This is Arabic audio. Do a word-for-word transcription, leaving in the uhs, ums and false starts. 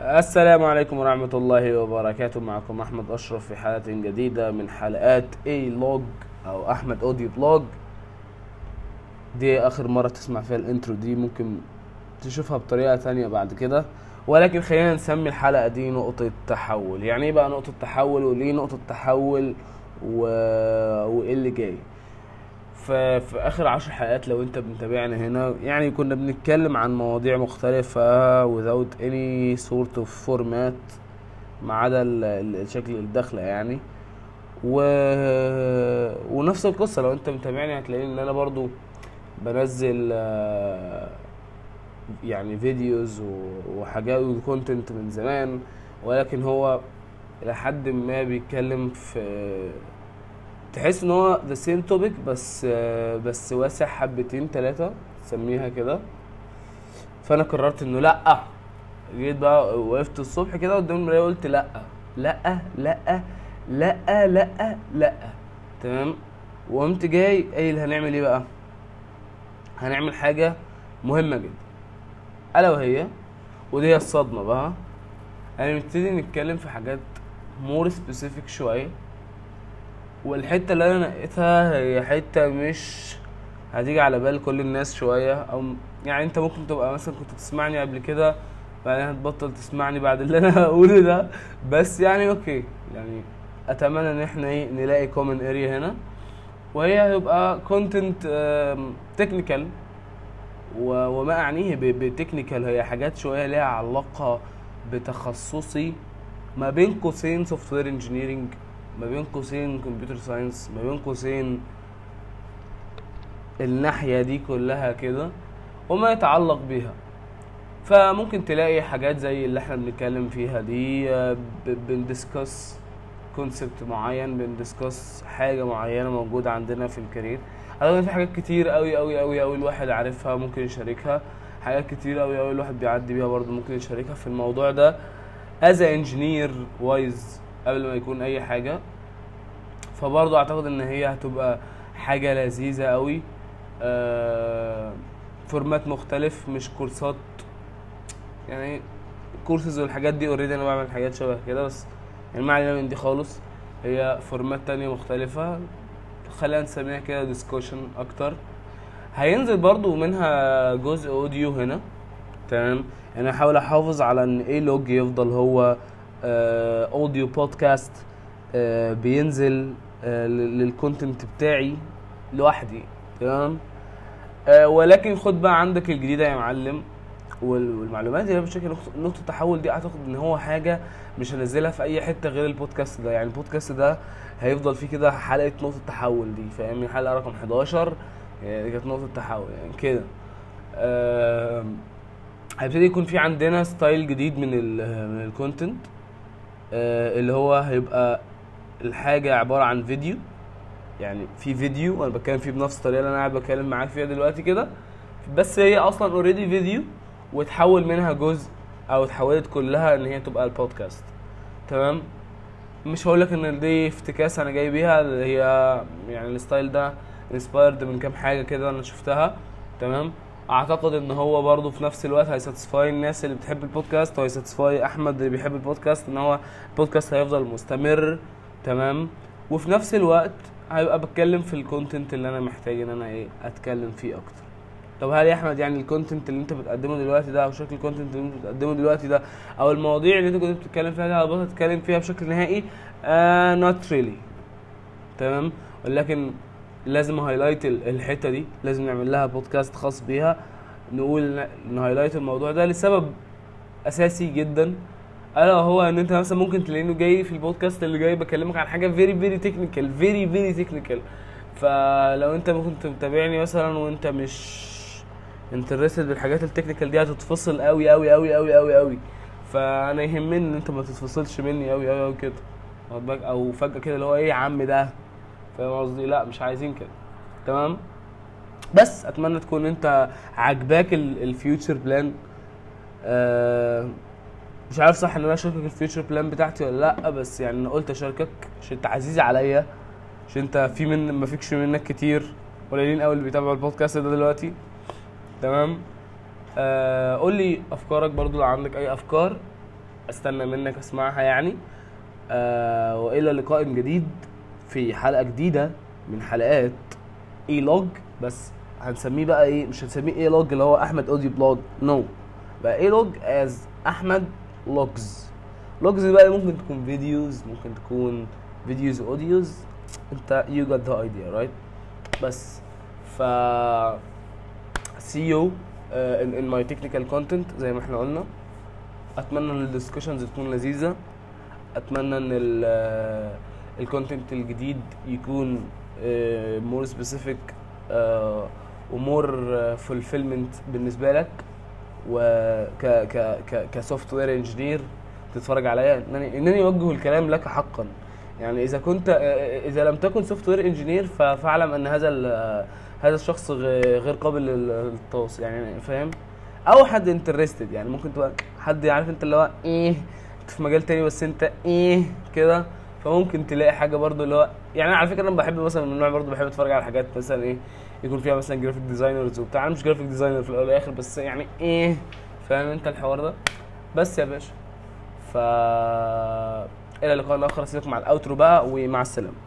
السلام عليكم ورحمة الله وبركاته. معكم أحمد أشرف في حلقة جديدة من حلقات اي لوج أو أحمد أوديو بلوج. دي آخر مرة تسمع فيها الانترو دي، ممكن تشوفها بطريقة تانية بعد كده، ولكن خلينا نسمي الحلقة دي نقطة تحول. يعني ايه بقى نقطة تحول، وليه نقطة تحول، و... وايه اللي جاي؟ في اخر عشر حلقات لو انت متابعنا هنا، يعني كنا بنتكلم عن مواضيع مختلفة without any sort of format، ما عدا الشكل الداخلة يعني. و... ونفس القصة لو انت متابعني هتلاقي ان انا برضو بنزل يعني فيديوز وحاجات وكونتنت من زمان، ولكن هو لحد ما بيتكلم في تحس ان هو the same topic بس بس واسع حبتين تلاتة تسميها كده. فانا قررت انه لا، جيت بقى وقفت الصبح كده قدام المرايه قلت لا لا لا لا لا لا, لا. تمام. وقمت جاي قايل هنعمل ايه بقى؟ هنعمل حاجه مهمه جدا، الا وهي ودي هي الصدمه بقى. يعني نبتدي نتكلم في حاجات مور سبيسيفيك شويه، والحته اللي انا نقيتها هي حته مش هتيجي على بال كل الناس شويه، او يعني انت ممكن تبقى مثلا كنت بتسمعني قبل كده بعدين هتبطل تسمعني بعد اللي انا هقوله ده، بس يعني اوكي. يعني اتمنى ان احنا ايه نلاقي كومن اريا هنا، وهي هيبقى كونتنت تكنيكال. وما اعنيه بتكنيكال هي حاجات شويه ليها علاقه بتخصصي، ما بين قوسين سوفت وير انجينيرنج، ما بين قوسين كمبيوتر ساينس، ما بين قوسين الناحيه دي كلها كده وما يتعلق بيها. فممكن تلاقي حاجات زي اللي احنا بنتكلم فيها دي، بندسكس كونسبت معين، بندسكس حاجه معينه موجوده عندنا في الكارير. اظن في حاجات كتير قوي قوي قوي قوي الواحد عارفها ممكن يشاركها، حاجات كتير قوي قوي الواحد بيعدي بيها برضو ممكن يشاركها في الموضوع ده as a engineer wise قبل ما يكون اي حاجه. فبرضو اعتقد ان هي هتبقى حاجه لذيذه قوي، آه فورمات مختلف مش كورسات. يعني كورسز والحاجات دي اوريدي انا بعمل حاجات شبه كده، بس يعني ما علينا من دي خالص، هي فورمات تانية مختلفة خلينا نسميها كده ديسكوشن اكتر. هينزل برضو منها جزء اوديو هنا، تمام. يعني احاول احافظ على ان اي لوج يفضل هو آه اوديو بودكاست آه بينزل آه للكونتنت بتاعي لوحدي، تمام. آه ولكن خد بقى عندك الجديدة يا معلم، والمعلومات اللي بشكل نقطة التحول دي اعتقد ان هو حاجة مش هنزلها في اي حتة غير البودكاست ده. يعني البودكاست ده هيفضل فيه كده حلقة نقطة التحول دي، فاهم؟ الحلقة رقم حداشر يعني كانت نقطة التحول يعني كده. أه هيبتدي يكون في عندنا ستايل جديد من ال من الكونتنت، أه اللي هو هيبقى الحاجة عبارة عن فيديو. يعني في فيديو وانا بتكلم فيه بنفس الطريقة اللي انا قاعد بتكلم معاك فيها دلوقتي كده، بس هي اصلا اوريدي فيديو وتحول منها جزء او اتحولت كلها ان هي تبقى البودكاست، تمام. مش هقولك ان دي افتكاسه انا جاي بيها، اللي هي يعني الستايل ده انسبايرد من كام حاجه كده انا شفتها، تمام. اعتقد ان هو برضو في نفس الوقت هيساتسفاي الناس اللي بتحب البودكاست، وهيساتسفاي احمد اللي بيحب البودكاست، ان هو البودكاست هيفضل مستمر، تمام. وفي نفس الوقت هيبقى بتكلم في الكونتنت اللي انا محتاج ان انا ايه اتكلم فيه اكتر. طب هل يا احمد يعني الكونتنت اللي انت بتقدمه دلوقتي ده او شكل الكونتنت اللي انت بتقدمه دلوقتي ده او المواضيع اللي انت كنت بتتكلم فيها دي هتبطل تتكلم فيها بشكل نهائي؟ آه not really، تمام. ولكن لازم هايلايت الحته دي، لازم نعمل لها بودكاست خاص بيها، نقول نهايلايت الموضوع ده لسبب اساسي جدا، الا هو ان انت مثلا ممكن تلاقينه جاي في البودكاست اللي جاي بكلمك عن حاجه فيري فيري تكنيكال فيري فيري تكنيكال. فلو انت ممكن تتابعني مثلا وانت مش انترستد بالحاجات التكنيكال دي هتتفصل قوي قوي قوي قوي قوي قوي. فانا يهمني ان انت ما تتفصلش مني قوي قوي قوي كده، واخد بالك؟ او فجاه كده اللي هو ايه يا عم ده، فاهم قصدي؟ لا مش عايزين كده، تمام. بس اتمنى تكون انت عجباك الفيوتشر بلان. آه مش عارف صح ان انا اشاركك الفيوتشر بلان بتاعتي ولا لا، بس يعني انا قلت اشاركك عشان انت عزيز عليا، عشان انت في من ما فيكش منك كتير، قليلين قوي اللي بيتابعوا البودكاست ده دلوقتي، تمام. آه قول لي افكارك برضو لو عندك اي افكار، استنى منك اسمعها يعني. آه والى لقاء جديد في حلقه جديده من حلقات اي لوج، بس هنسميه بقى ايه، مش هنسميه اي لوج اللي هو احمد اوديو بلوج، نو no. بقى اي لوج از احمد لوجز. لوجز بقى ممكن تكون فيديوز، ممكن تكون فيديوز اوديوز، انت you got the idea right. بس ف see you uh, in, in my technical content زي ما احنا قلنا. اتمنى ان الدiscussions تكون لذيذة، اتمنى ان الكونتنت الجديد يكون مور سبيسيفيك ومور فولفيلمنت بالنسبه لك، وك ك ك كسوفت وير انجينير تتفرج عليا، انني انني اوجه الكلام لك حقا. يعني اذا كنت اذا لم تكن سوفت وير انجينير فاعلم ان هذا هذا الشخص غير قابل للتواصل، يعني فاهم، او حد انترستد. يعني ممكن تبقى حد يعرف انت اللي هو ايه في مجال تاني بس انت ايه كده، فممكن تلاقي حاجه برضو اللي هو يعني. على فكره انا بحب مثلا من النوع برضو بحب اتفرج على حاجات مثلا ايه يكون فيها مثلا جرافيك ديزاينرز وبتاع. انا مش جرافيك ديزاينر في الاول والاخر، بس يعني ايه فاهم انت الحوار ده. بس يا باشا، ف الى لقاء اخر، اسيبكم مع الاوترو بقى ومع السلامه.